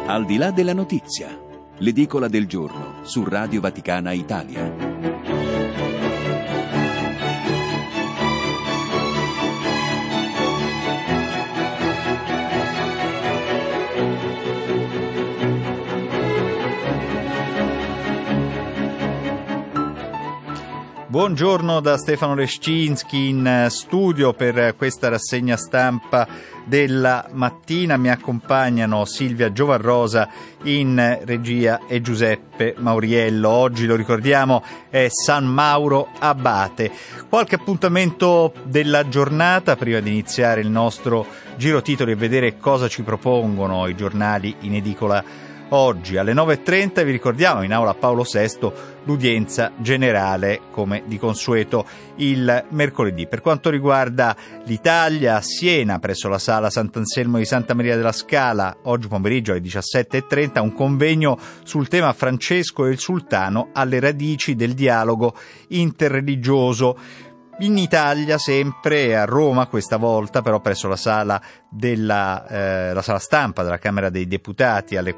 Al di là della notizia, l'edicola del giorno su Radio Vaticana Italia. Buongiorno da Stefano Leszczynski in studio per questa rassegna stampa della mattina. Mi accompagnano Silvia Giovarrosa in regia e Giuseppe Mauriello. Oggi, lo ricordiamo, è San Mauro Abate. Qualche appuntamento della giornata prima di iniziare il nostro giro titoli e vedere cosa ci propongono i giornali in edicola. Oggi alle 9.30 vi ricordiamo in aula Paolo VI l'udienza generale, come di consueto il mercoledì. Per quanto riguarda l'Italia, a Siena presso la sala Sant'Anselmo di Santa Maria della Scala oggi pomeriggio alle 17.30 un convegno sul tema Francesco e il Sultano alle radici del dialogo interreligioso. In Italia sempre, a Roma questa volta, però presso la sala la sala stampa della Camera dei Deputati alle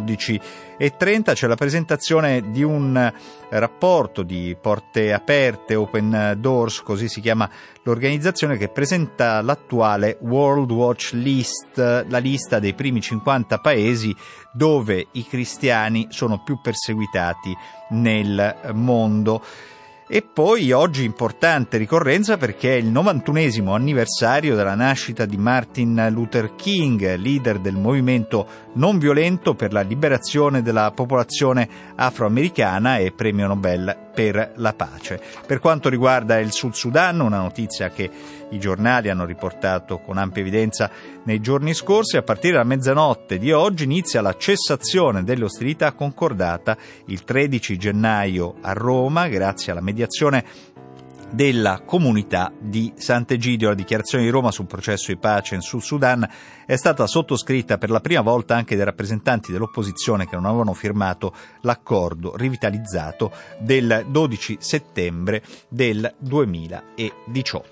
14.30 c'è la presentazione di un rapporto di Porte Aperte, Open Doors, così si chiama l'organizzazione, che presenta l'attuale World Watch List, la lista dei primi 50 paesi dove i cristiani sono più perseguitati nel mondo. E poi oggi importante ricorrenza perché è il 91esimo anniversario della nascita di Martin Luther King, leader del movimento non violento per la liberazione della popolazione afroamericana e premio Nobel per la pace. Per quanto riguarda il Sud Sudan, una notizia che i giornali hanno riportato con ampia evidenza nei giorni scorsi, a partire da mezzanotte di oggi inizia la cessazione delle ostilità concordata il 13 gennaio a Roma grazie alla mediazione della comunità di Sant'Egidio. La dichiarazione di Roma sul processo di pace in Sud Sudan è stata sottoscritta per la prima volta anche dai rappresentanti dell'opposizione che non avevano firmato l'accordo rivitalizzato del 12 settembre del 2018.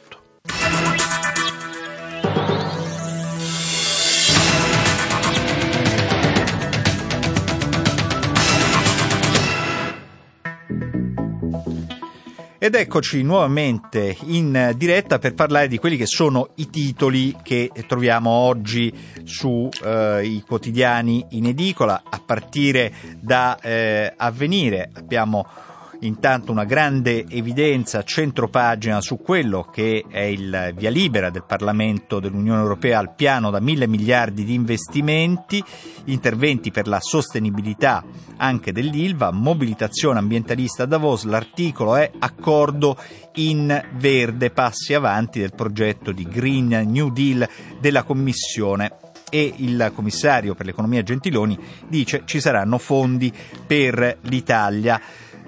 Ed eccoci nuovamente in diretta per parlare di quelli che sono i titoli che troviamo oggi sui quotidiani in edicola, a partire da Avvenire. Abbiamo intanto una grande evidenza, centropagina, su quello che è il via libera del Parlamento dell'Unione Europea al piano da 1.000 miliardi di investimenti, interventi per la sostenibilità anche dell'Ilva, mobilitazione ambientalista a Davos. L'articolo è accordo in verde, passi avanti del progetto di Green New Deal della Commissione. E il commissario per l'economia Gentiloni dice ci saranno fondi per l'Italia.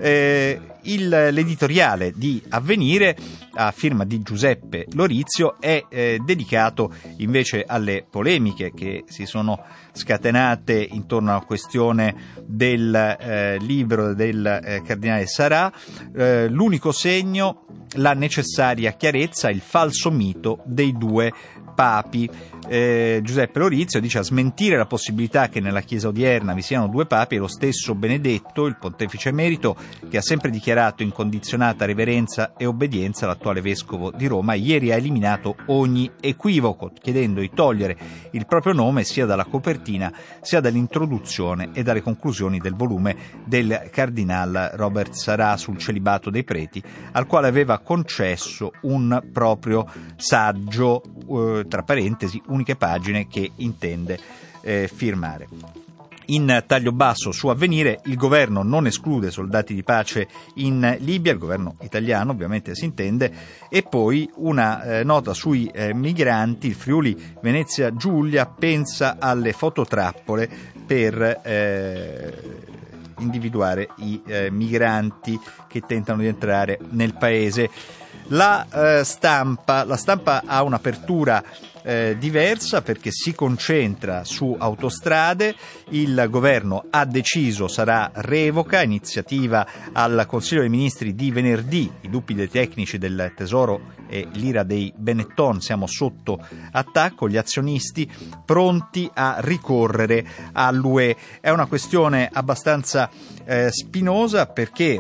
L'editoriale di Avvenire, a firma di Giuseppe Lorizio, è dedicato invece alle polemiche che si sono scatenate intorno alla questione del libro del cardinale Sarà. L'unico segno, la necessaria chiarezza, il falso mito dei due papi. Giuseppe Lorizio dice: a smentire la possibilità che nella Chiesa odierna vi siano due papi è lo stesso Benedetto, il pontefice emerito, che ha sempre dichiarato incondizionata reverenza e obbedienza all'attuale vescovo di Roma. Ieri ha eliminato ogni equivoco, chiedendo di togliere il proprio nome sia dalla copertina sia dall'introduzione e dalle conclusioni del volume del cardinal Robert Sarà sul celibato dei preti, al quale aveva concesso un proprio saggio, tra parentesi, uniche pagine, che intende firmare. In taglio basso su Avvenire, il governo non esclude soldati di pace in Libia, il governo italiano ovviamente si intende, e poi una nota sui migranti. Il Friuli Venezia Giulia pensa alle fototrappole per individuare i migranti che tentano di entrare nel paese. La stampa ha un'apertura diversa perché si concentra su autostrade. Il governo ha deciso, sarà revoca, iniziativa al Consiglio dei Ministri di venerdì. I lupi dei tecnici del Tesoro e l'ira dei Benetton, siamo sotto attacco, gli azionisti pronti a ricorrere all'UE. È una questione abbastanza spinosa perché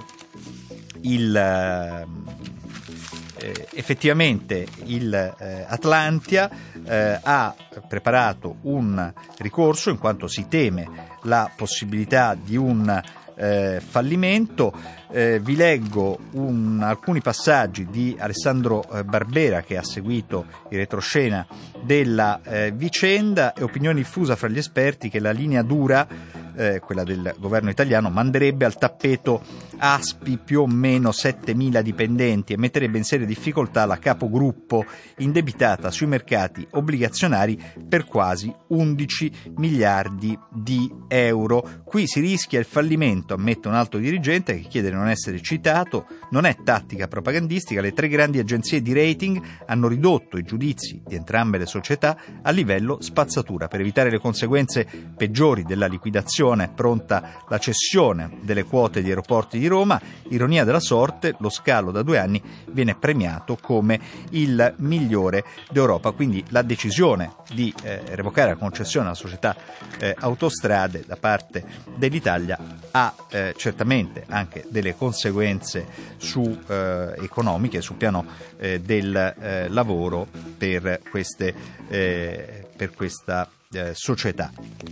effettivamente Atlantia ha preparato un ricorso in quanto si teme la possibilità di un fallimento. Vi leggo alcuni passaggi di Alessandro Barbera, che ha seguito il retroscena della vicenda, e opinione diffusa fra gli esperti che la linea dura, quella del governo italiano, manderebbe al tappeto ASPI più o meno 7.000 dipendenti e metterebbe in seria difficoltà la capogruppo indebitata sui mercati obbligazionari per quasi 11 miliardi di euro. Qui si rischia il fallimento, ammette un alto dirigente che chiede di non essere citato. Non è tattica propagandistica, le 3 grandi agenzie di rating hanno ridotto i giudizi di entrambe le società a livello spazzatura. Per evitare le conseguenze peggiori della liquidazione, pronta la cessione delle quote di Aeroporti di Roma. Ironia della sorte, lo scalo da 2 anni viene premiato come il migliore d'Europa. Quindi la decisione di revocare la concessione alla società Autostrade da parte dell'Italia ha certamente anche delle conseguenze economiche sul piano del lavoro per questa società.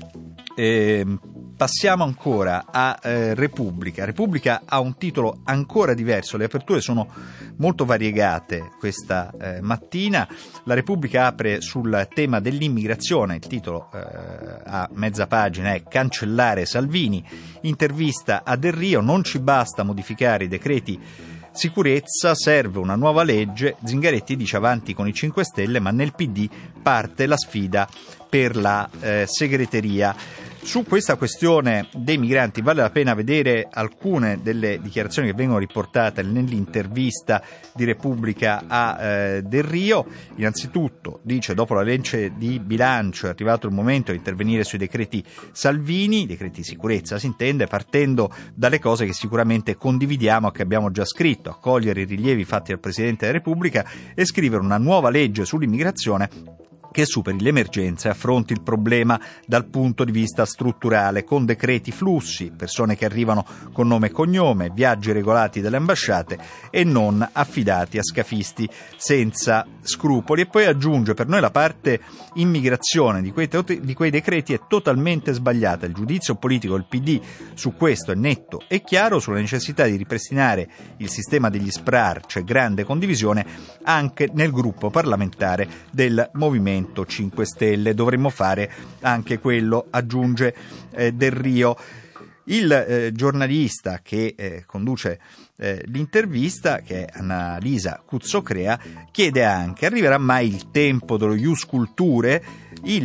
Passiamo ancora a Repubblica. Repubblica ha un titolo ancora diverso, le aperture sono molto variegate questa mattina. La Repubblica apre sul tema dell'immigrazione, il titolo a mezza pagina è "Cancellare Salvini", intervista a Del Rio, non ci basta modificare i decreti sicurezza, serve una nuova legge. Zingaretti dice avanti con i 5 Stelle, ma nel PD parte la sfida per la segreteria. Su questa questione dei migranti vale la pena vedere alcune delle dichiarazioni che vengono riportate nell'intervista di Repubblica a Del Rio. Innanzitutto dice: dopo la legge di bilancio è arrivato il momento di intervenire sui decreti Salvini, decreti sicurezza si intende, partendo dalle cose che sicuramente condividiamo e che abbiamo già scritto, accogliere i rilievi fatti dal Presidente della Repubblica e scrivere una nuova legge sull'immigrazione che superi l'emergenza e affronti il problema dal punto di vista strutturale, con decreti flussi, persone che arrivano con nome e cognome, viaggi regolati dalle ambasciate e non affidati a scafisti senza scrupoli. E poi aggiunge: per noi la parte immigrazione di quei decreti è totalmente sbagliata. Il giudizio politico del PD su questo è netto e chiaro. Sulla necessità di ripristinare il sistema degli SPRAR c'è grande condivisione anche nel gruppo parlamentare del Movimento 5 Stelle. Dovremmo fare anche quello, aggiunge Del Rio. Il giornalista che conduce l'intervista, che è Annalisa Cuzzocrea, chiede anche: arriverà mai il tempo dello ius culturae?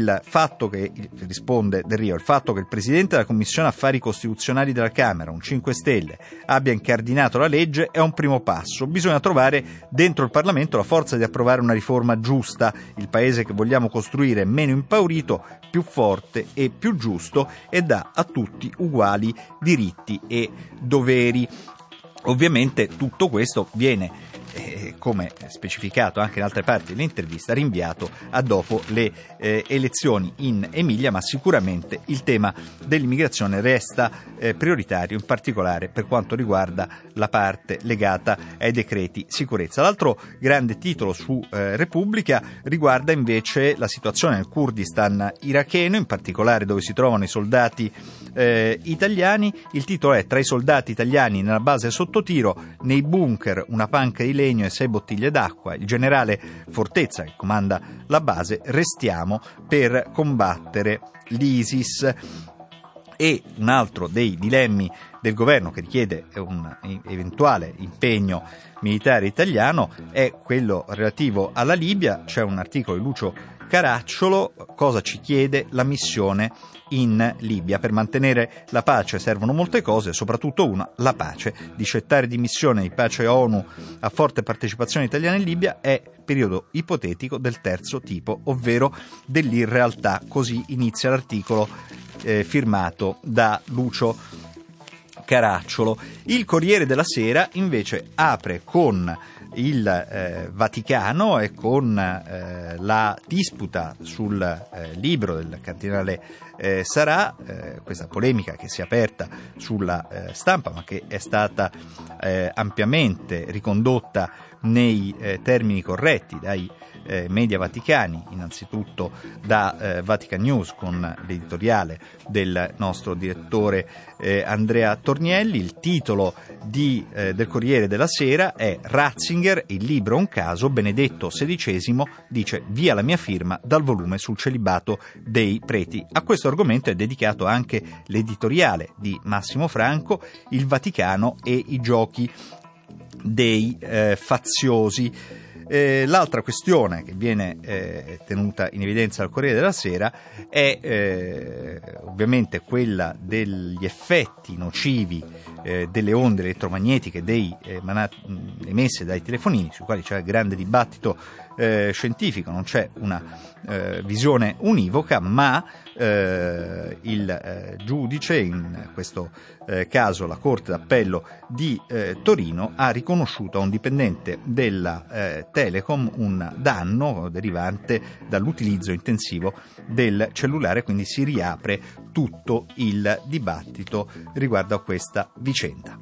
Risponde Del Rio, il fatto che il Presidente della Commissione Affari Costituzionali della Camera, un 5 Stelle, abbia incardinato la legge è un primo passo. Bisogna trovare dentro il Parlamento la forza di approvare una riforma giusta. Il paese che vogliamo costruire è meno impaurito, più forte e più giusto e dà a tutti uguali diritti e doveri. Ovviamente tutto questo viene, come specificato anche in altre parti dell'intervista, rinviato a dopo le elezioni in Emilia, ma sicuramente il tema dell'immigrazione resta prioritario, in particolare per quanto riguarda la parte legata ai decreti sicurezza. L'altro grande titolo su Repubblica riguarda invece la situazione nel Kurdistan iracheno, in particolare dove si trovano i soldati italiani. Il titolo è: tra i soldati italiani nella base sotto tiro, nei bunker una panca di legno e 6 bottiglie d'acqua. Il generale Fortezza, che comanda la base: restiamo per combattere l'ISIS. E un altro dei dilemmi del governo che richiede un eventuale impegno militare italiano è quello relativo alla Libia. C'è un articolo di Lucio Caracciolo cosa ci chiede la missione in Libia. Per mantenere la pace servono molte cose, soprattutto una, la pace. Dicettare di missione di pace ONU a forte partecipazione italiana in Libia è periodo ipotetico del terzo tipo, ovvero dell'irrealtà. Così inizia l'articolo firmato da Lucio Caracciolo. Il Corriere della Sera invece apre con il Vaticano e con la disputa sul libro del cardinale Sarà, questa polemica che si è aperta sulla stampa ma che è stata ampiamente ricondotta nei termini corretti dai media vaticani, innanzitutto da Vatican News con l'editoriale del nostro direttore Andrea Tornielli. Il titolo del Corriere della Sera è Ratzinger, il libro un caso, Benedetto XVI dice via la mia firma dal volume sul celibato dei preti. A questo argomento è dedicato anche l'editoriale di Massimo Franco, Il Vaticano e i giochi dei faziosi. L'altra questione che viene tenuta in evidenza dal Corriere della Sera è ovviamente quella degli effetti nocivi delle onde elettromagnetiche emesse dai telefonini, sui quali c'è grande dibattito scientifico, non c'è una visione univoca, ma il giudice, in questo caso la Corte d'Appello di Torino, ha riconosciuto a un dipendente della Telecom un danno derivante dall'utilizzo intensivo del cellulare, quindi si riapre tutto il dibattito riguardo a questa vicenda.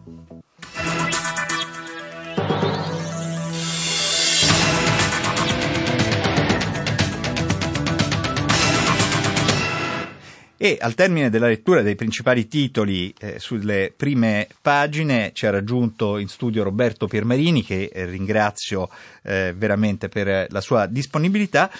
E al termine della lettura dei principali titoli sulle prime pagine ci ha raggiunto in studio Roberto Piermarini, che ringrazio veramente per la sua disponibilità,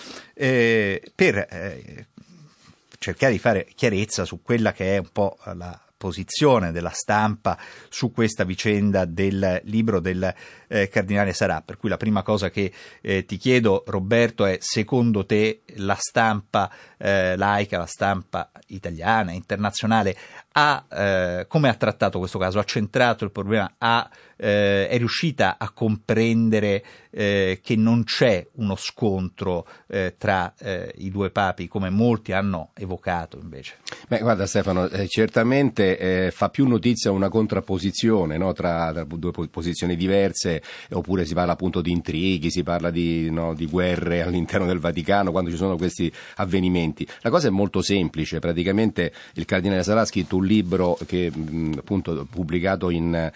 per cercare di fare chiarezza su quella che è un po' la posizione della stampa su questa vicenda del libro del cardinale Sarà. Per cui la prima cosa che ti chiedo, Roberto, è: secondo te la stampa laica, la stampa italiana, internazionale, come ha trattato questo caso? Ha centrato il problema? È riuscita a comprendere che non c'è uno scontro tra i due papi, come molti hanno evocato invece? Beh, guarda Stefano, certamente fa più notizia una contrapposizione, no, tra due posizioni diverse, oppure si parla appunto di intrighi, si parla di guerre all'interno del Vaticano quando ci sono questi avvenimenti. La cosa è molto semplice: praticamente il cardinale Sarà ha scritto un libro che appunto pubblicato in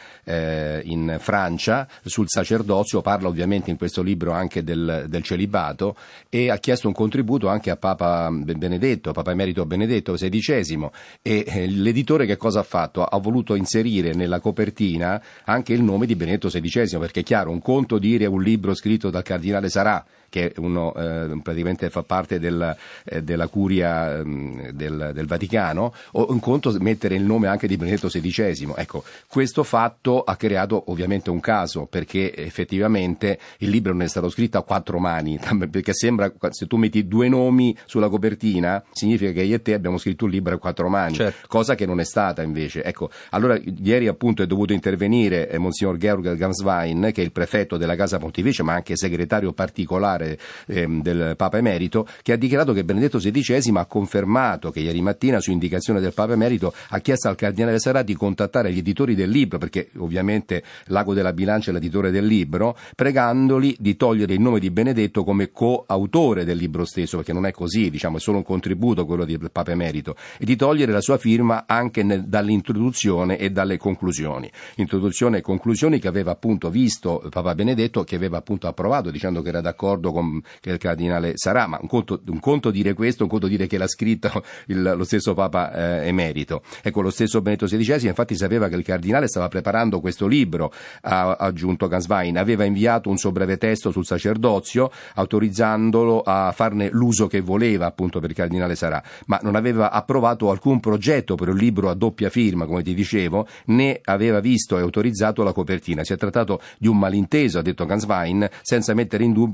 Francia sul sacerdozio, parla ovviamente in questo libro anche del celibato, e ha chiesto un contributo anche a Papa Benedetto, Papa Emerito Benedetto XVI, e l'editore che cosa ha fatto? Ha voluto inserire nella copertina anche il nome di Benedetto XVI, perché è chiaro, un conto dire un libro scritto dal cardinale Sarà, che uno praticamente fa parte della curia del Vaticano, o un conto mettere il nome anche di Benedetto XVI. Ecco, questo fatto ha creato ovviamente un caso, perché effettivamente il libro non è stato scritto a quattro mani, perché sembra, se tu metti due nomi sulla copertina, significa che io e te abbiamo scritto un libro a quattro mani, certo. Cosa che non è stata invece. Ecco, allora ieri appunto è dovuto intervenire Monsignor Georg Ganswein, che è il prefetto della Casa Pontificia ma anche segretario particolare del Papa Emerito, che ha dichiarato che Benedetto XVI ha confermato che ieri mattina, su indicazione del Papa Emerito, ha chiesto al cardinale Sarà di contattare gli editori del libro, perché ovviamente l'Ago della Bilancia è l'editore del libro, pregandoli di togliere il nome di Benedetto come coautore del libro stesso, perché non è così, diciamo, è solo un contributo quello del Papa Emerito, e di togliere la sua firma anche dall'introduzione e dalle conclusioni. Introduzione e conclusioni che aveva appunto visto Papa Benedetto, che aveva appunto approvato, dicendo che era d'accordo con il cardinale Sarà, ma un conto dire questo, un conto dire che l'ha scritto lo stesso Papa Emerito. Ecco, lo stesso Benedetto XVI infatti sapeva che il cardinale stava preparando questo libro, ha aggiunto Ganswein, aveva inviato un suo breve testo sul sacerdozio, autorizzandolo a farne l'uso che voleva appunto per il cardinale Sarà, ma non aveva approvato alcun progetto per un libro a doppia firma, come ti dicevo, né aveva visto e autorizzato la copertina. Si è trattato di un malinteso, ha detto Ganswein, senza mettere in dubbio la buona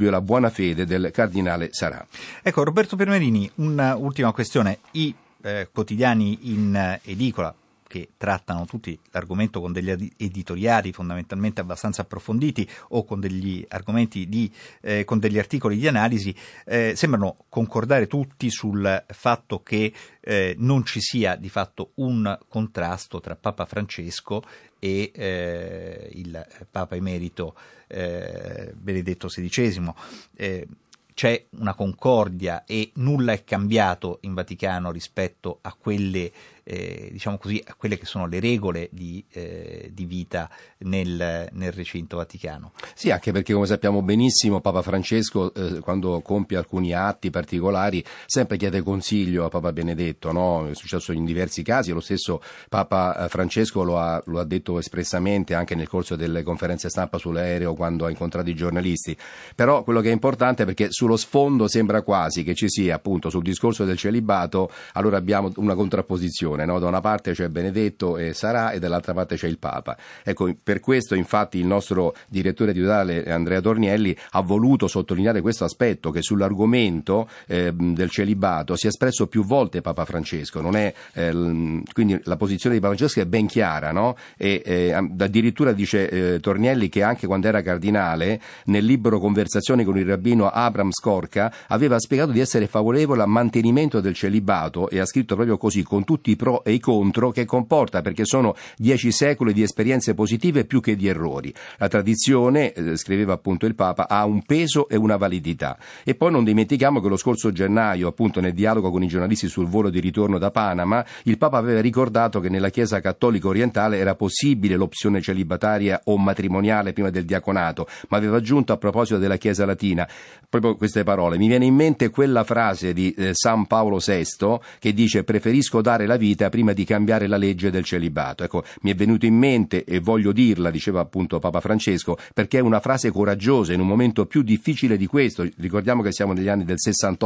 buona fede del cardinale Sarà. Ecco, Roberto Piermarini, un'ultima questione. I quotidiani in edicola, che trattano tutti l'argomento con degli editoriali fondamentalmente abbastanza approfonditi o con degli argomenti con degli articoli di analisi, sembrano concordare tutti sul fatto che non ci sia di fatto un contrasto tra Papa Francesco e il Papa emerito Benedetto XVI. C'è una concordia e nulla è cambiato in Vaticano rispetto a quelle, diciamo così, a quelle che sono le regole di vita nel recinto vaticano. Sì, anche perché, come sappiamo benissimo, Papa Francesco quando compie alcuni atti particolari sempre chiede consiglio a Papa Benedetto, no? È successo in diversi casi, lo stesso Papa Francesco lo ha detto espressamente anche nel corso delle conferenze stampa sull'aereo quando ha incontrato i giornalisti. Però quello che è importante è perché sullo sfondo sembra quasi che ci sia, appunto, sul discorso del celibato, allora abbiamo una contrapposizione, no? Da una parte c'è Benedetto e Sarà e dall'altra parte c'è il Papa. Ecco, per questo infatti il nostro direttore editoriale Andrea Tornielli ha voluto sottolineare questo aspetto, che sull'argomento del celibato si è espresso più volte Papa Francesco, non è, quindi la posizione di Papa Francesco è ben chiara, no? E addirittura dice Tornielli che anche quando era cardinale, nel libro Conversazioni con il rabbino Abraham Skorka, aveva spiegato di essere favorevole al mantenimento del celibato, e ha scritto proprio così, con tutti i pro e i contro che comporta, perché sono 10 secoli di esperienze positive più che di errori. La tradizione, scriveva appunto il Papa, ha un peso e una validità. E poi non dimentichiamo che lo scorso gennaio, appunto nel dialogo con i giornalisti sul volo di ritorno da Panama, il Papa aveva ricordato che nella Chiesa cattolica orientale era possibile l'opzione celibataria o matrimoniale prima del diaconato, ma aveva aggiunto, a proposito della Chiesa latina, proprio queste parole: mi viene in mente quella frase di San Paolo VI che dice: preferisco dare la vita prima di cambiare la legge del celibato. Ecco, mi è venuto in mente e voglio dirla, diceva appunto Papa Francesco, perché è una frase coraggiosa in un momento più difficile di questo. Ricordiamo che siamo negli anni del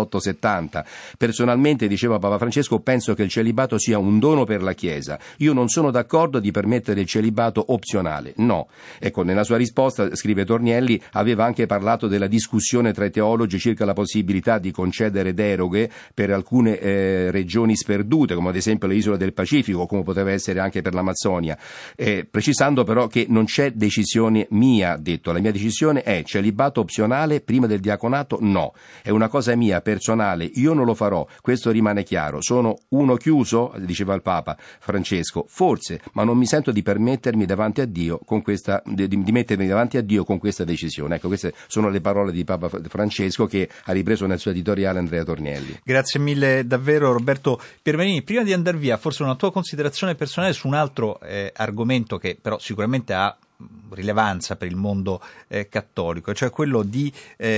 68-70. Personalmente, diceva Papa Francesco, penso che il celibato sia un dono per la Chiesa. Io non sono d'accordo di permettere il celibato opzionale, no. Ecco, nella sua risposta, scrive Tornielli, aveva anche parlato della discussione tra i teologi circa la possibilità di concedere deroghe per alcune regioni sperdute, come ad esempio le isole del Pacifico, come poteva essere anche per l'Amazzonia, precisando però che non c'è decisione mia, ha detto, la mia decisione è celibato opzionale prima del diaconato, no, è una cosa mia, personale, io non lo farò, questo rimane chiaro. Sono uno chiuso, diceva il Papa Francesco, forse, ma non mi sento di permettermi davanti a Dio con questa, di mettermi davanti a Dio con questa decisione. Ecco, queste sono le parole di Papa Francesco che ha ripreso nel suo editoriale Andrea Tornielli. Grazie mille davvero Roberto Piermarini. Prima di andare via, forse una tua considerazione personale su un altro argomento che però sicuramente ha rilevanza per il mondo cattolico, cioè quello di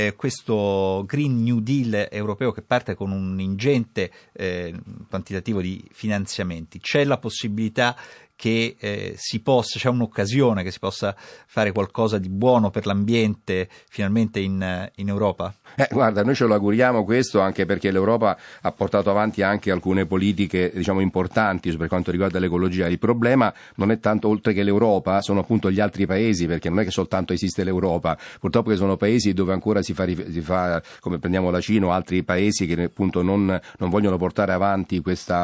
questo Green New Deal europeo che parte con un ingente quantitativo di finanziamenti. C'è la possibilità che c'è un'occasione che si possa fare qualcosa di buono per l'ambiente finalmente in Europa? Guarda, noi ce lo auguriamo questo, anche perché l'Europa ha portato avanti anche alcune politiche, diciamo, importanti per quanto riguarda l'ecologia. Il problema non è tanto, oltre che l'Europa, sono appunto gli altri paesi, perché non è che soltanto esiste l'Europa, purtroppo che sono paesi dove ancora si fa come prendiamo la Cina o altri paesi che appunto non vogliono portare avanti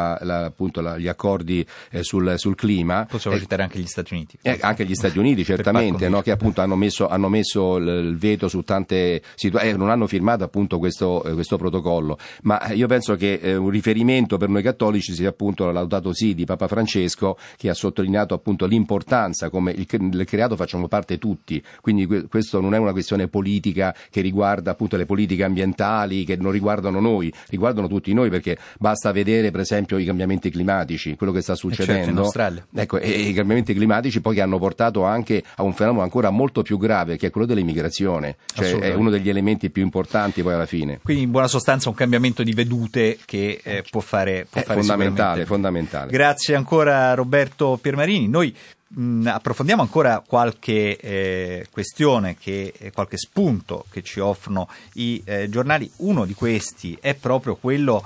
gli accordi sul clima. Possiamo citare anche gli Stati Uniti. Anche gli Stati Uniti, certamente, no, che appunto hanno messo il veto su tante situazioni, non hanno firmato appunto questo protocollo, ma io penso che un riferimento per noi cattolici sia appunto la Laudato Si di Papa Francesco, che ha sottolineato appunto l'importanza, come il creato facciamo parte tutti, quindi questo non è una questione politica che riguarda appunto le politiche ambientali che non riguardano noi, riguardano tutti noi, perché basta vedere per esempio i cambiamenti climatici, quello che sta succedendo, certo, in Australia. Ecco, e i cambiamenti climatici poi che hanno portato anche a un fenomeno ancora molto più grave, che è quello dell'immigrazione, cioè è uno degli elementi più importanti poi alla fine. Quindi in buona sostanza un cambiamento di vedute che può fare fondamentale. Grazie ancora Roberto Piermarini. Noi approfondiamo ancora qualche questione, qualche spunto che ci offrono i giornali. Uno di questi è proprio quello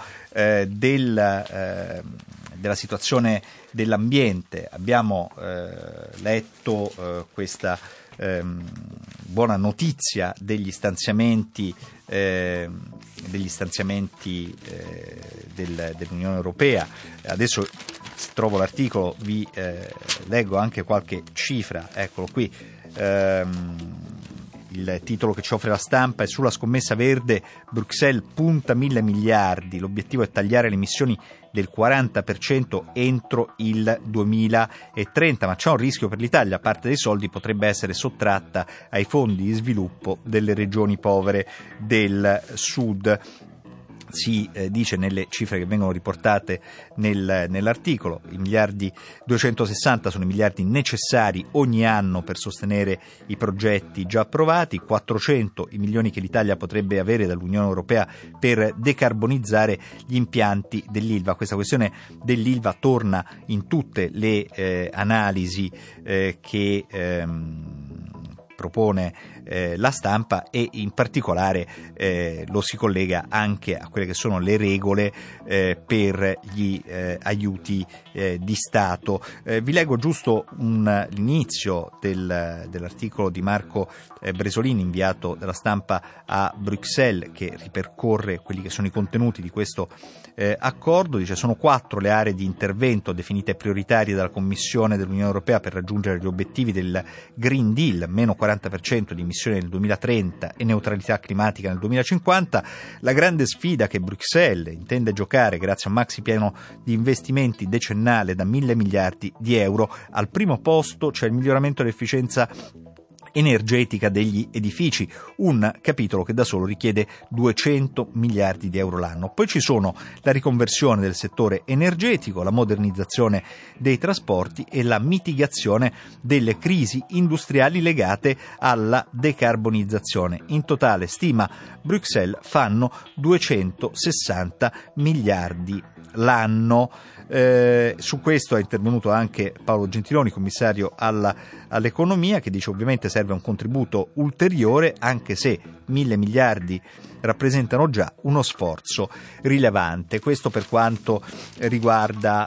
della situazione dell'ambiente. Abbiamo letto questa buona notizia degli stanziamenti dell'Unione Europea. Adesso trovo l'articolo, vi leggo anche qualche cifra, eccolo qui. Il titolo che ci offre la Stampa è: sulla scommessa verde Bruxelles punta 1.000 miliardi, l'obiettivo è tagliare le emissioni del 40% entro il 2030, ma c'è un rischio per l'Italia: parte dei soldi potrebbe essere sottratta ai fondi di sviluppo delle regioni povere del Sud. Si dice nelle cifre che vengono riportate nell'articolo, i miliardi 260 sono i miliardi necessari ogni anno per sostenere i progetti già approvati, 400 i milioni che l'Italia potrebbe avere dall'Unione Europea per decarbonizzare gli impianti dell'Ilva. Questa questione dell'Ilva torna in tutte le analisi che propone la Stampa, e in particolare lo si collega anche a quelle che sono le regole per gli aiuti di Stato. Vi leggo giusto l'inizio dell'articolo di Marco Bresolini, inviato dalla Stampa a Bruxelles, che ripercorre quelli che sono i contenuti di questo accordo. Dice: sono 4 le aree di intervento definite prioritarie dalla Commissione dell'Unione Europea per raggiungere gli obiettivi del Green Deal, meno 40% di emissioni nel 2030 e neutralità climatica nel 2050. La grande sfida che Bruxelles intende giocare grazie a un maxi piano di investimenti decennale da 1.000 miliardi di euro. Al primo posto c'è il miglioramento dell'efficienza energetica degli edifici, un capitolo che da solo richiede 200 miliardi di euro l'anno. Poi ci sono la riconversione del settore energetico, la modernizzazione dei trasporti e la mitigazione delle crisi industriali legate alla decarbonizzazione. In totale, stima Bruxelles, fanno 260 miliardi l'anno. Su questo è intervenuto anche Paolo Gentiloni, commissario all'economia, che dice: ovviamente serve un contributo ulteriore, anche se 1.000 miliardi rappresentano già uno sforzo rilevante. Questo per quanto riguarda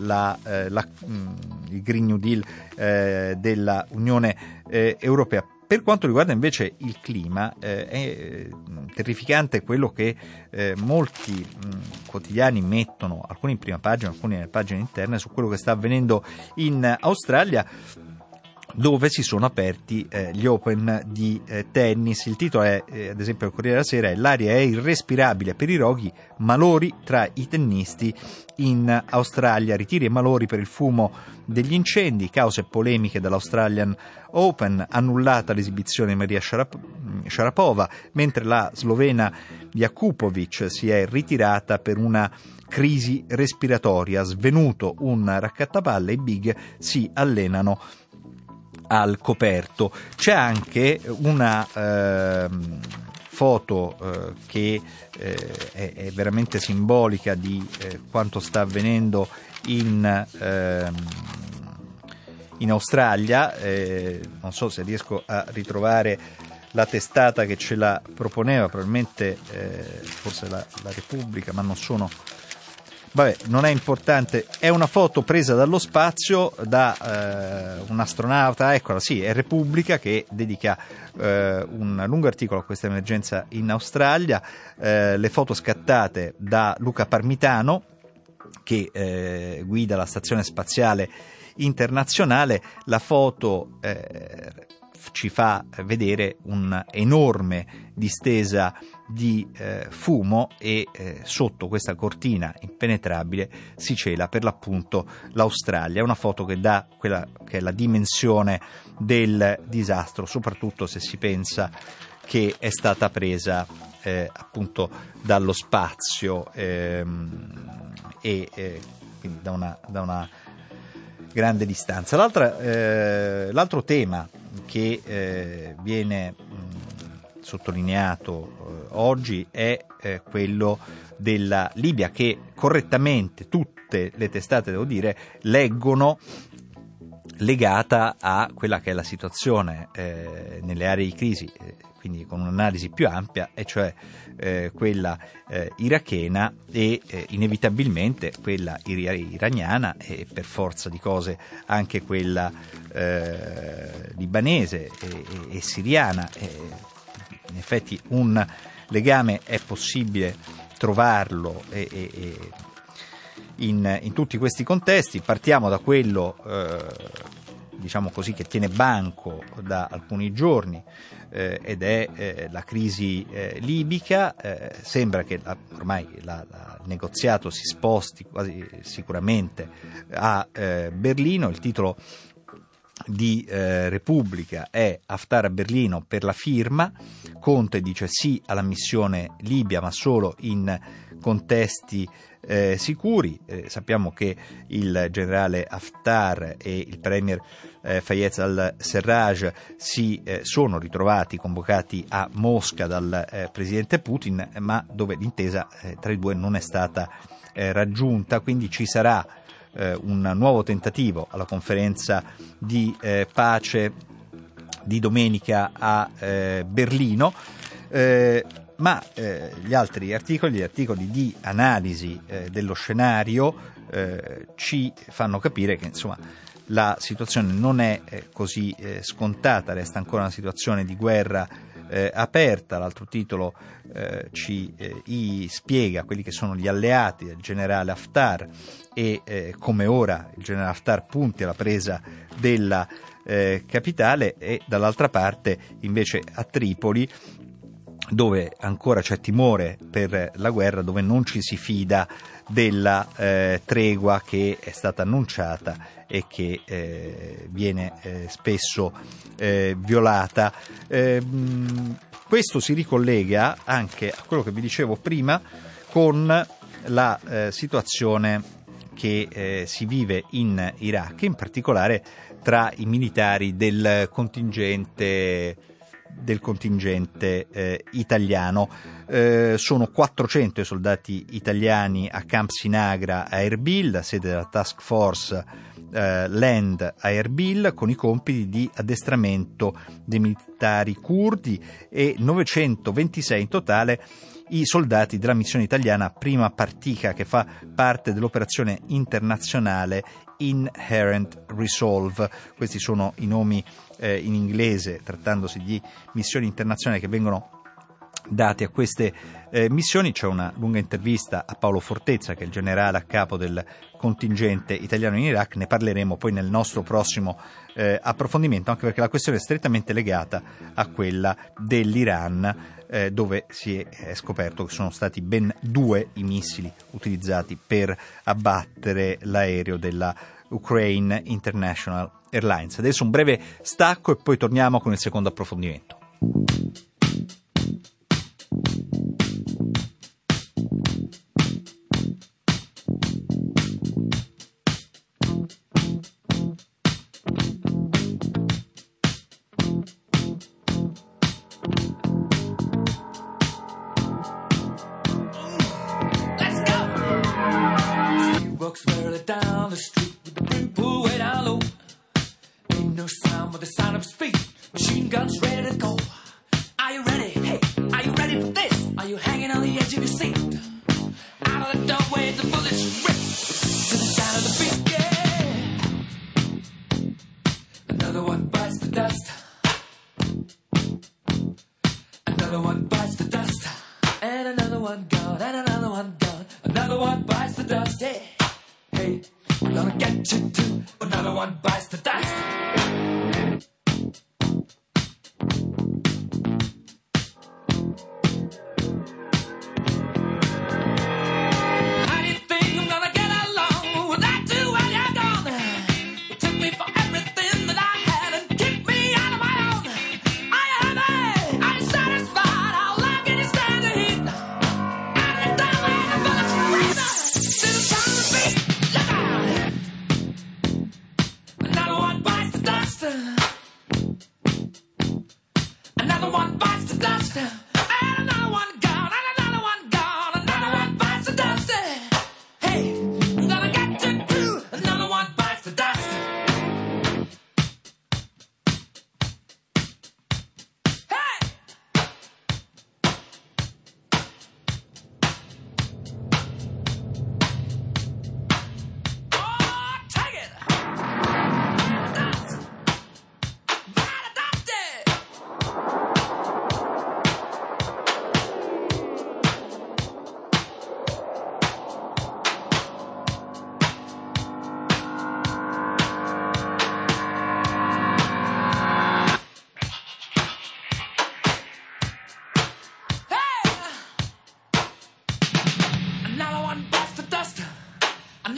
il Green New Deal della Unione Europea. Per quanto riguarda invece il clima, è terrificante quello che molti quotidiani mettono, alcuni in prima pagina, alcuni nelle pagine interne, su quello che sta avvenendo in Australia, dove si sono aperti gli Open di tennis. Il titolo è, ad esempio, il Corriere della Sera, è: l'aria è irrespirabile per i roghi, malori tra i tennisti in Australia, ritiri e malori per il fumo degli incendi, cause polemiche dall'Australian Open, annullata l'esibizione di Maria Sharapova, mentre la slovena Jakupovic si è ritirata per una crisi respiratoria, svenuto un raccattapalle, i big si allenano al coperto. C'è anche una foto che è veramente simbolica di quanto sta avvenendo in Australia. Non so se riesco a ritrovare la testata che ce la proponeva, probabilmente forse la Repubblica, ma non sono... Vabbè, non è importante. È una foto presa dallo spazio da un astronauta, eccola, sì, è Repubblica, che dedica un lungo articolo a questa emergenza in Australia. Le foto scattate da Luca Parmitano, che guida la Stazione Spaziale Internazionale. La foto ci fa vedere un'enorme distesa di fumo e sotto questa cortina impenetrabile si cela per l'appunto l'Australia. È una foto che dà quella che è la dimensione del disastro, soprattutto se si pensa che è stata presa appunto dallo spazio e quindi da una grande distanza. L'altro tema che viene sottolineato oggi è quello della Libia, che correttamente tutte le testate, devo dire, leggono legata a quella che è la situazione nelle aree di crisi, quindi con un'analisi più ampia, e cioè quella irachena e inevitabilmente quella iraniana e per forza di cose anche quella libanese e siriana. In effetti un legame è possibile trovarlo in tutti questi contesti. Partiamo da quello diciamo così, che tiene banco da alcuni giorni ed è la crisi libica. Sembra che ormai il negoziato si sposti quasi sicuramente a Berlino. Il titolo di Repubblica è Haftar a Berlino per la firma. Conte dice sì alla missione Libia, ma solo in contesti sicuri. Sappiamo che il generale Haftar e il premier Fayez al-Serraj si sono ritrovati convocati a Mosca dal presidente Putin, ma dove l'intesa tra i due non è stata raggiunta, quindi ci sarà un nuovo tentativo alla conferenza di pace di domenica a Berlino, ma gli articoli di analisi dello scenario ci fanno capire che insomma la situazione non è così scontata, resta ancora una situazione di guerra aperta. L'altro titolo ci spiega quelli che sono gli alleati del generale Haftar e come ora il generale Haftar punti alla presa della capitale, e dall'altra parte invece a Tripoli, dove ancora c'è timore per la guerra, dove non ci si fida della tregua che è stata annunciata e che viene spesso violata. Questo si ricollega anche a quello che vi dicevo prima con la situazione che si vive in Iraq, in particolare tra i militari del contingente italiano. Sono 400 i soldati italiani a Camp Sinagra a Erbil, sede della task force Land a Erbil, con i compiti di addestramento dei militari curdi, e 926 in totale i soldati della missione italiana Prima Partica, che fa parte dell'operazione internazionale Inherent Resolve. Questi sono i nomi in inglese, trattandosi di missioni internazionali, che vengono dati a queste missioni. C'è una lunga intervista a Paolo Fortezza, che è il generale a capo del contingente italiano in Iraq. Ne parleremo poi nel nostro prossimo approfondimento, anche perché la questione è strettamente legata a quella dell'Iran, dove si è scoperto che sono stati ben 2 i missili utilizzati per abbattere l'aereo della Ukraine International Airlines. Adesso un breve stacco e poi torniamo con il secondo approfondimento. Walks barely down the street with the brim pulled way down low. Ain't no sound but the sound of his feet. Machine guns ready to go. Are you ready? Hey, are you ready for this? Are you hanging on the edge of your seat? Out of the doorway, the bullets rip to the sound of the beat. Yeah. Another one bites the dust. Another one bites the dust. And another one gone. And another one gone. Another one bites the dust. Yeah. Hey, I'm gonna get you too. Another one bites the dust. How do you think I'm gonna get along without you when you're gone? You took me for everything that I had and kicked me out of my own. Are you happy? Are you satisfied? How long can you stand the heat? Out of the doorway, the bullets rip to the sound of the beat. Look out! Another one bites the dust.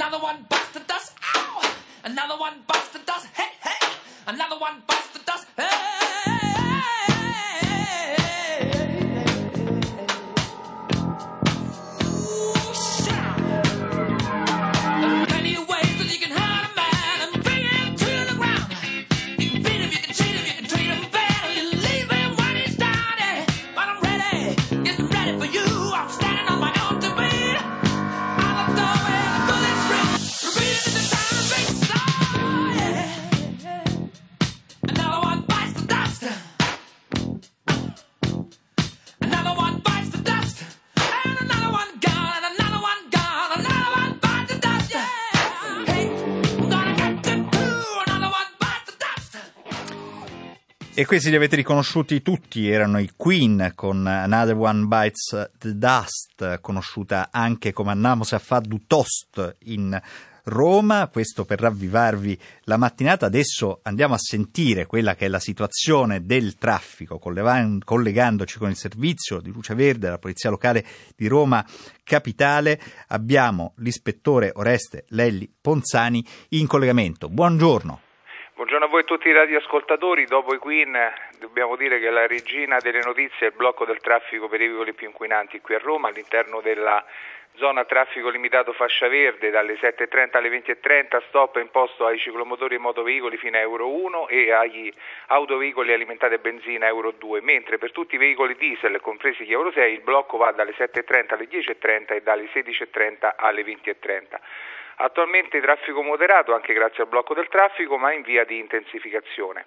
Another one bites the dust. Ow! Another one bites the dust. Hey, hey! Another one bites the dust. Hey! E questi li avete riconosciuti tutti, erano i Queen con Another One Bites the Dust, conosciuta anche come Annamos a fa du toast in Roma, questo per ravvivarvi la mattinata. Adesso andiamo a sentire quella che è la situazione del traffico, collegandoci con il servizio di luce verde della Polizia Locale di Roma Capitale. Abbiamo l'ispettore Oreste Lelli Ponzani in collegamento. Buongiorno. Buongiorno a voi tutti i radioascoltatori. Dopo i Queen dobbiamo dire che la regina delle notizie è il blocco del traffico per i veicoli più inquinanti qui a Roma, all'interno della zona traffico limitato fascia verde dalle 7.30 alle 20.30, stop imposto ai ciclomotori e motoveicoli fino a Euro 1 e agli autoveicoli alimentati a benzina Euro 2, mentre per tutti i veicoli diesel, compresi gli Euro 6, il blocco va dalle 7.30 alle 10.30 e dalle 16.30 alle 20.30. Attualmente traffico moderato anche grazie al blocco del traffico, ma in via di intensificazione.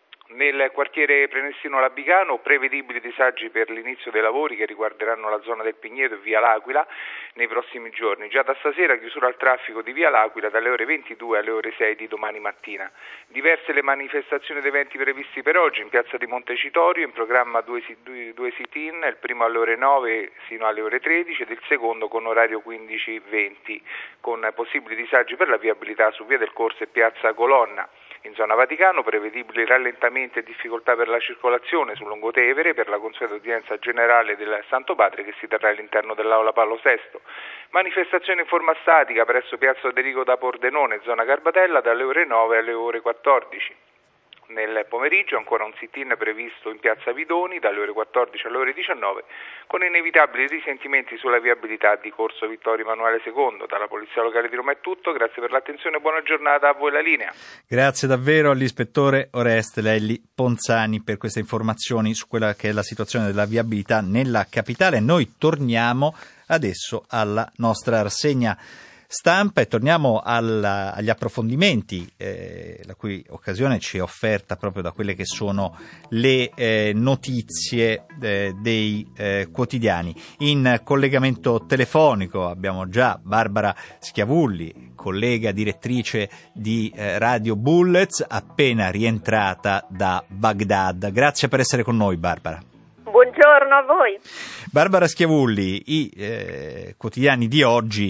Nel quartiere Prenestino Labicano prevedibili disagi per l'inizio dei lavori che riguarderanno la zona del Pigneto e via L'Aquila nei prossimi giorni. Già da stasera chiusura al traffico di via L'Aquila dalle ore 22 alle ore 6 di domani mattina. Diverse le manifestazioni ed eventi previsti per oggi. In piazza di Montecitorio in programma due sit-in, il primo alle ore 9 fino alle ore 13 ed il secondo con orario 15-20, con possibili disagi per la viabilità su via del Corso e piazza Colonna. In zona Vaticano prevedibili rallentamenti e difficoltà per la circolazione sul Lungotevere per la consueta udienza generale del Santo Padre che si terrà all'interno dell'Aula Paolo VI. Manifestazione in forma statica presso piazza Oderico da Pordenone, zona Garbatella, dalle ore 9 alle ore 14. Nel pomeriggio ancora un sit-in previsto in piazza Vidoni dalle ore 14 alle ore 19 con inevitabili risentimenti sulla viabilità di Corso Vittorio Emanuele II. Dalla Polizia Locale di Roma è tutto, grazie per l'attenzione e buona giornata a voi la linea. Grazie davvero all'ispettore Oreste Lelli Ponzani per queste informazioni su quella che è la situazione della viabilità nella capitale. Noi torniamo adesso alla nostra rassegna stampa e torniamo agli approfondimenti, la cui occasione ci è offerta proprio da quelle che sono le notizie dei quotidiani. In collegamento telefonico abbiamo già Barbara Schiavulli, collega direttrice di Radio Bullets, appena rientrata da Baghdad. Grazie per essere con noi, Barbara. Buongiorno a voi. Barbara Schiavulli, i quotidiani di oggi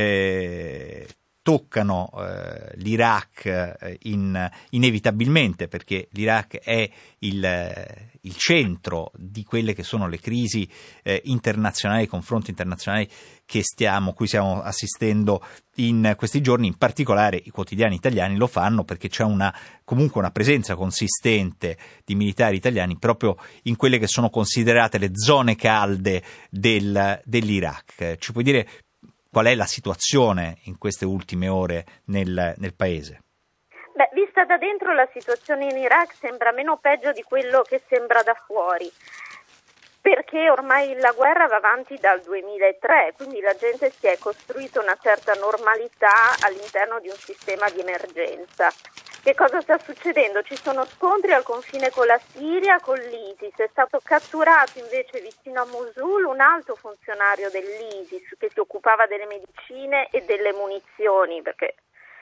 toccano l'Iraq inevitabilmente, perché l'Iraq è il centro di quelle che sono le crisi internazionali, i confronti internazionali cui stiamo assistendo in questi giorni. In particolare i quotidiani italiani lo fanno perché c'è comunque una presenza consistente di militari italiani proprio in quelle che sono considerate le zone calde dell'Iraq. Ci puoi dire qual è la situazione in queste ultime ore nel paese? Beh, vista da dentro la situazione in Iraq sembra meno peggio di quello che sembra da fuori, perché ormai la guerra va avanti dal 2003, quindi la gente si è costruita una certa normalità all'interno di un sistema di emergenza. Che cosa sta succedendo? Ci sono scontri al confine con la Siria, con l'ISIS. È stato catturato invece vicino a Mosul un alto funzionario dell'ISIS che si occupava delle medicine e delle munizioni, perché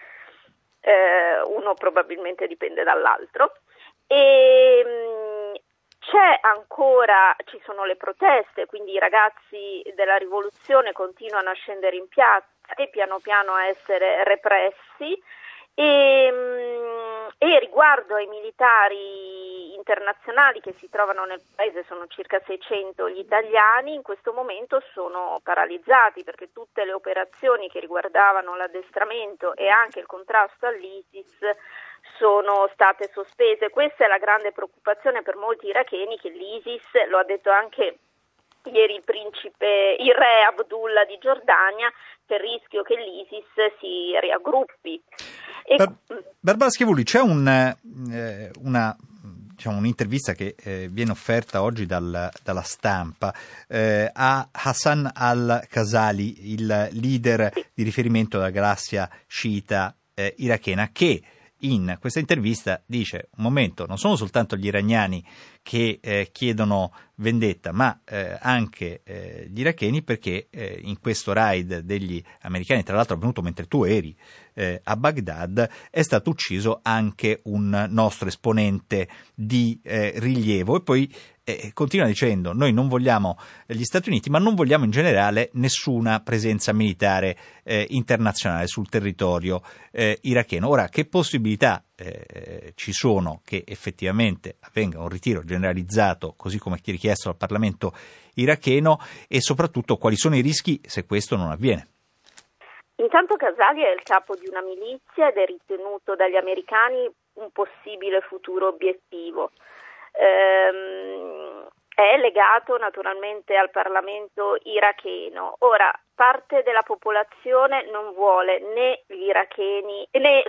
uno probabilmente dipende dall'altro. Ci sono le proteste, quindi i ragazzi della rivoluzione continuano a scendere in piazza e piano piano a essere repressi. E riguardo ai militari internazionali che si trovano nel paese, sono circa 600 gli italiani, in questo momento sono paralizzati perché tutte le operazioni che riguardavano l'addestramento e anche il contrasto all'ISIS sono state sospese. Questa è la grande preoccupazione per molti iracheni, che l'ISIS, lo ha detto anche ieri il re Abdullah di Giordania, c'è il rischio che l'ISIS si riaggruppi. Barbara Schiavulli, c'è un'intervista che viene offerta oggi dalla Stampa a Hassan al-Khazali, il leader di riferimento della galassia sciita irachena, che in questa intervista dice: un momento, non sono soltanto gli iraniani che chiedono vendetta, ma anche gli iracheni, perché in questo raid degli americani, tra l'altro avvenuto mentre tu eri a Baghdad, è stato ucciso anche un nostro esponente di rilievo. E poi continua dicendo: noi non vogliamo gli Stati Uniti, ma non vogliamo in generale nessuna presenza militare internazionale sul territorio iracheno. Ora, che possibilità ci sono che effettivamente avvenga un ritiro generalizzato, così come richiesto dal Parlamento iracheno, e soprattutto quali sono i rischi se questo non avviene? Intanto Khazali è il capo di una milizia ed è ritenuto dagli americani un possibile futuro obiettivo. È legato naturalmente al Parlamento iracheno. Ora, parte della popolazione non vuole né gli iraniani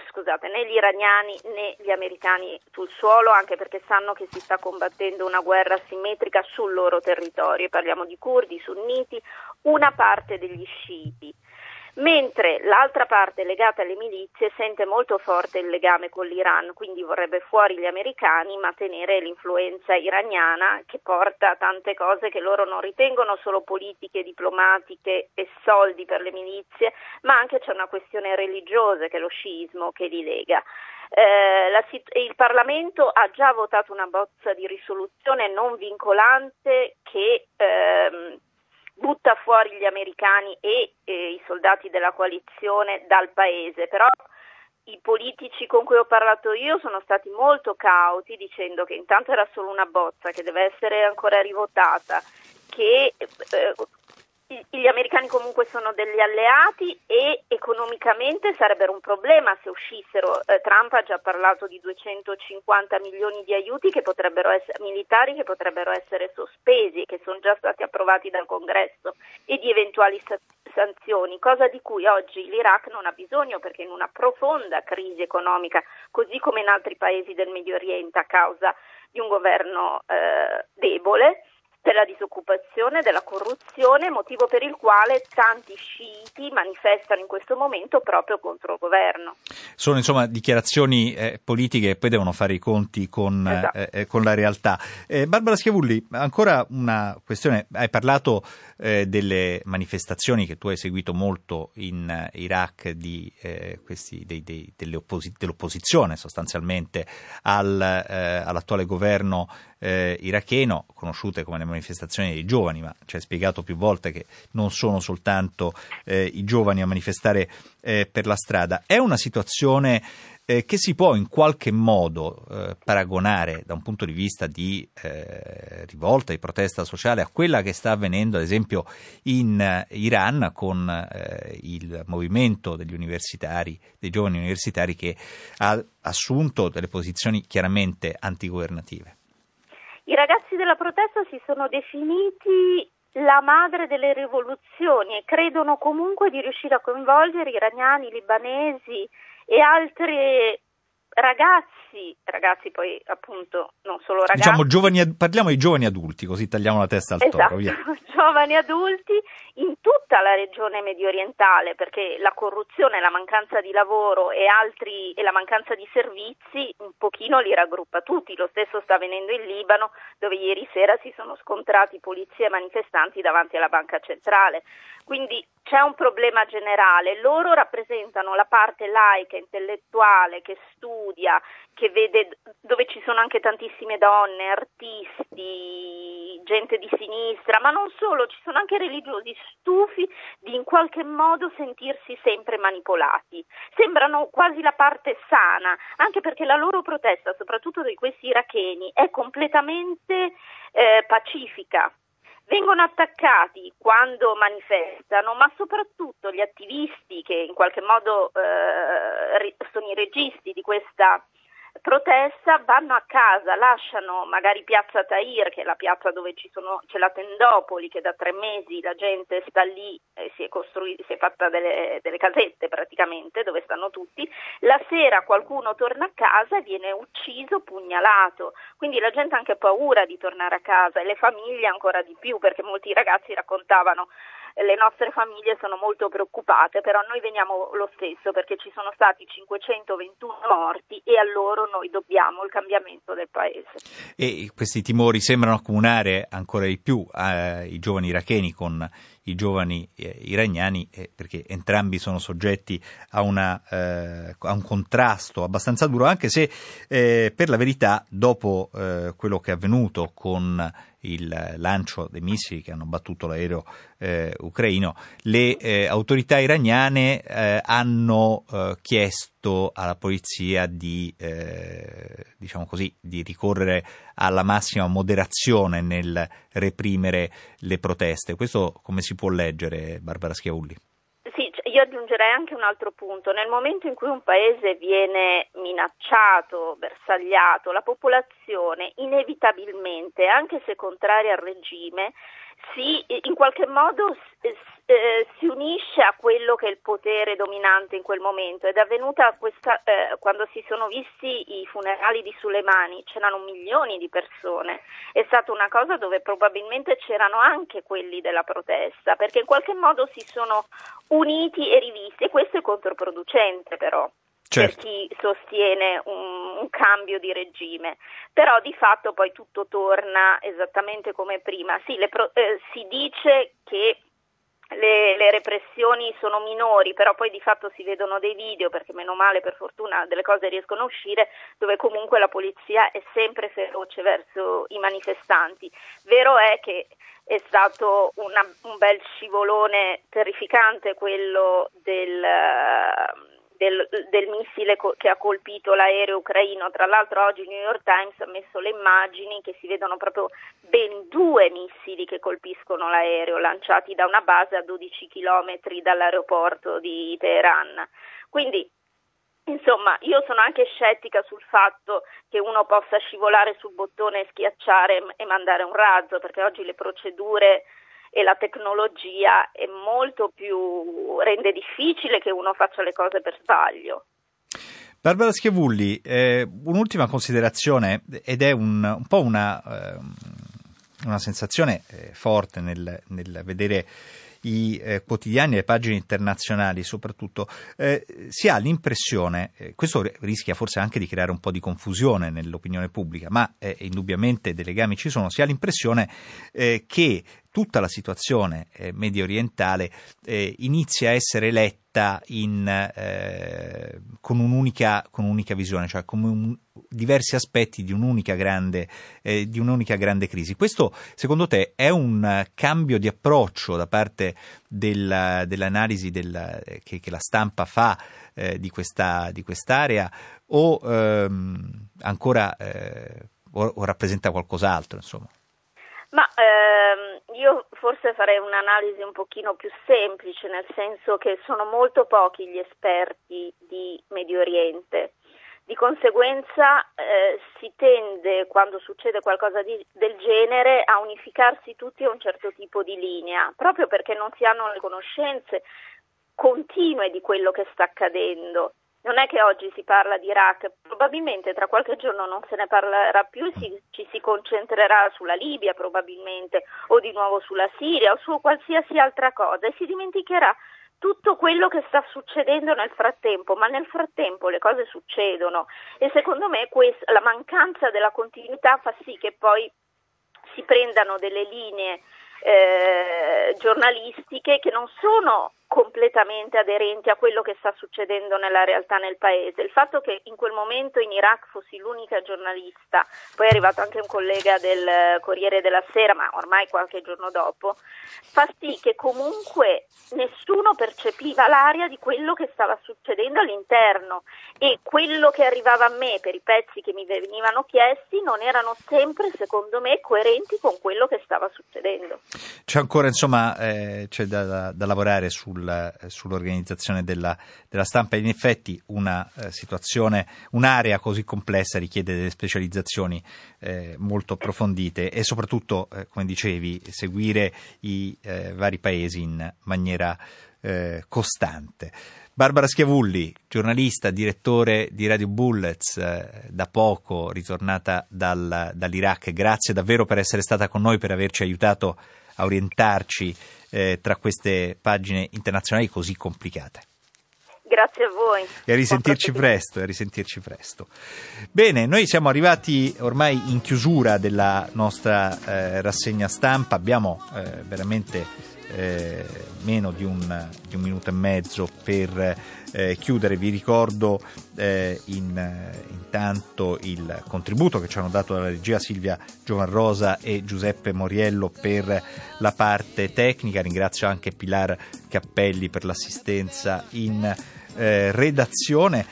né gli americani sul suolo, anche perché sanno che si sta combattendo una guerra asimmetrica sul loro territorio. Parliamo di curdi, sunniti, una parte degli sciiti. Mentre l'altra parte legata alle milizie sente molto forte il legame con l'Iran, quindi vorrebbe fuori gli americani ma tenere l'influenza iraniana, che porta a tante cose che loro non ritengono solo politiche, diplomatiche e soldi per le milizie, ma anche c'è una questione religiosa, che è lo sciismo, che li lega. Il Parlamento ha già votato una bozza di risoluzione non vincolante che butta fuori gli americani e i soldati della coalizione dal paese, però i politici con cui ho parlato io sono stati molto cauti, dicendo che intanto era solo una bozza, che deve essere ancora rivotata, che gli americani comunque sono degli alleati e economicamente sarebbero un problema se uscissero. Trump ha già parlato di 250 milioni di aiuti che potrebbero essere militari, che potrebbero essere sospesi, che sono già stati approvati dal Congresso, e di eventuali sanzioni, cosa di cui oggi l'Iraq non ha bisogno, perché è in una profonda crisi economica, così come in altri paesi del Medio Oriente, a causa di un governo debole, della disoccupazione, della corruzione, motivo per il quale tanti sciiti manifestano in questo momento proprio contro il governo. Sono insomma dichiarazioni politiche che poi devono fare i conti con la realtà. Barbara Schiavulli, ancora una questione: hai parlato delle manifestazioni che tu hai seguito molto in Iraq, dell'opposizione sostanzialmente all'attuale governo iracheno, conosciute come le manifestazioni dei giovani, ma ci hai spiegato più volte che non sono soltanto i giovani a manifestare per la strada. È una situazione che si può in qualche modo paragonare da un punto di vista di rivolta, di protesta sociale, a quella che sta avvenendo ad esempio in Iran con il movimento degli universitari, dei giovani universitari, che ha assunto delle posizioni chiaramente antigovernative? I ragazzi della protesta si sono definiti la madre delle rivoluzioni e credono comunque di riuscire a coinvolgere iraniani, libanesi e altri ragazzi poi appunto non solo ragazzi. Diciamo parliamo di giovani adulti, così tagliamo la testa al toro. Via. Giovani adulti in tutta la regione medio orientale, perché la corruzione, la mancanza di lavoro e la mancanza di servizi un pochino li raggruppa tutti. Lo stesso sta avvenendo in Libano, dove ieri sera si sono scontrati polizia e manifestanti davanti alla banca centrale. Quindi c'è un problema generale, loro rappresentano la parte laica, intellettuale, che studia, che vede, dove ci sono anche tantissime donne, artisti, gente di sinistra, ma non solo, ci sono anche religiosi stufi di in qualche modo sentirsi sempre manipolati. Sembrano quasi la parte sana, anche perché la loro protesta, soprattutto di questi iracheni, è completamente pacifica. Vengono attaccati quando manifestano, ma soprattutto gli attivisti che in qualche modo sono i registi di questa protesta vanno a casa, lasciano magari Piazza Tahir, che è la piazza dove c'è la tendopoli, che da 3 mesi la gente sta lì, si è fatta delle casette praticamente dove stanno tutti. La sera qualcuno torna a casa e viene ucciso, pugnalato, quindi la gente ha anche paura di tornare a casa e le famiglie ancora di più, perché molti ragazzi raccontavano: le nostre famiglie sono molto preoccupate, però noi veniamo lo stesso perché ci sono stati 521 morti e a loro noi dobbiamo il cambiamento del paese. E questi timori sembrano accomunare ancora di più i giovani iracheni con i giovani iraniani, perché entrambi sono soggetti a un contrasto abbastanza duro, anche se per la verità dopo quello che è avvenuto con il lancio dei missili che hanno battuto l'aereo ucraino, le autorità iraniane hanno chiesto alla polizia di ricorrere alla massima moderazione nel reprimere le proteste. Questo come si può leggere, Barbara Schiavulli? Sì, io aggiungerei anche un altro punto. Nel momento in cui un paese viene minacciato, bersagliato, la popolazione inevitabilmente, anche se contraria al regime, in qualche modo si unisce a quello che è il potere dominante in quel momento. Ed è avvenuta quando si sono visti i funerali di Soleimani, c'erano milioni di persone, è stata una cosa dove probabilmente c'erano anche quelli della protesta, perché in qualche modo si sono uniti e rivisti, e questo è controproducente però. Certo. Per chi sostiene un cambio di regime, però di fatto poi tutto torna esattamente come prima. Sì, si dice che le repressioni sono minori, però poi di fatto si vedono dei video, perché meno male, per fortuna, delle cose riescono a uscire, dove comunque la polizia è sempre feroce verso i manifestanti. Vero è che è stato un bel scivolone terrificante quello del missile che ha colpito l'aereo ucraino. Tra l'altro oggi il New York Times ha messo le immagini che si vedono proprio ben 2 missili che colpiscono l'aereo, lanciati da una base a 12 chilometri dall'aeroporto di Teheran. Quindi, insomma, io sono anche scettica sul fatto che uno possa scivolare sul bottone, schiacciare e mandare un razzo, perché oggi le procedure e la tecnologia è molto più, rende difficile che uno faccia le cose per sbaglio. Barbara Schiavulli, un'ultima considerazione, ed è un po' una sensazione forte nel vedere i quotidiani e le pagine internazionali soprattutto, si ha l'impressione, questo rischia forse anche di creare un po' di confusione nell'opinione pubblica, ma indubbiamente dei legami ci sono, si ha l'impressione che tutta la situazione medio orientale inizia a essere letta con un'unica visione, cioè come diversi aspetti di un'unica grande crisi. Questo, secondo te, è un cambio di approccio da parte dell'analisi che la stampa fa di quest'area, o ancora o rappresenta qualcos'altro, insomma? Ma io forse farei un'analisi un pochino più semplice, nel senso che sono molto pochi gli esperti di Medio Oriente. Di conseguenza si tende, quando succede qualcosa del genere, a unificarsi tutti a un certo tipo di linea, proprio perché non si hanno le conoscenze continue di quello che sta accadendo. Non è che oggi si parla di Iraq, probabilmente tra qualche giorno non se ne parlerà più, ci si concentrerà sulla Libia probabilmente, o di nuovo sulla Siria, o su qualsiasi altra cosa, e si dimenticherà tutto quello che sta succedendo nel frattempo, ma nel frattempo le cose succedono, e secondo me la mancanza della continuità fa sì che poi si prendano delle linee giornalistiche che non sono completamente aderenti a quello che sta succedendo nella realtà nel paese. Il fatto che in quel momento in Iraq fossi l'unica giornalista, poi è arrivato anche un collega del Corriere della Sera, ma ormai qualche giorno dopo, fa sì che comunque nessuno percepiva l'aria di quello che stava succedendo all'interno, e quello che arrivava a me per i pezzi che mi venivano chiesti non erano sempre, secondo me, coerenti con quello che stava succedendo. C'è ancora, insomma, c'è da lavorare sull'organizzazione della stampa. In effetti una situazione, un'area così complessa richiede delle specializzazioni molto approfondite e soprattutto, come dicevi, seguire i vari paesi in maniera costante. Barbara Schiavulli, giornalista, direttore di Radio Bullets, da poco ritornata dall'Iraq, grazie davvero per essere stata con noi, per averci aiutato a orientarci tra queste pagine internazionali così complicate. Grazie a voi. E a risentirci presto. Bene, noi siamo arrivati ormai in chiusura della nostra rassegna stampa. Abbiamo veramente meno di un minuto e mezzo per chiudere. Vi ricordo intanto il contributo che ci hanno dato dalla regia Silvia Giovanrosa e Giuseppe Moriello per la parte tecnica. Ringrazio anche Pilar Cappelli per l'assistenza in redazione.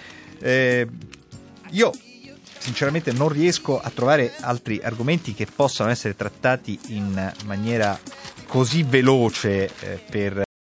Io sinceramente non riesco a trovare altri argomenti che possano essere trattati in maniera così veloce per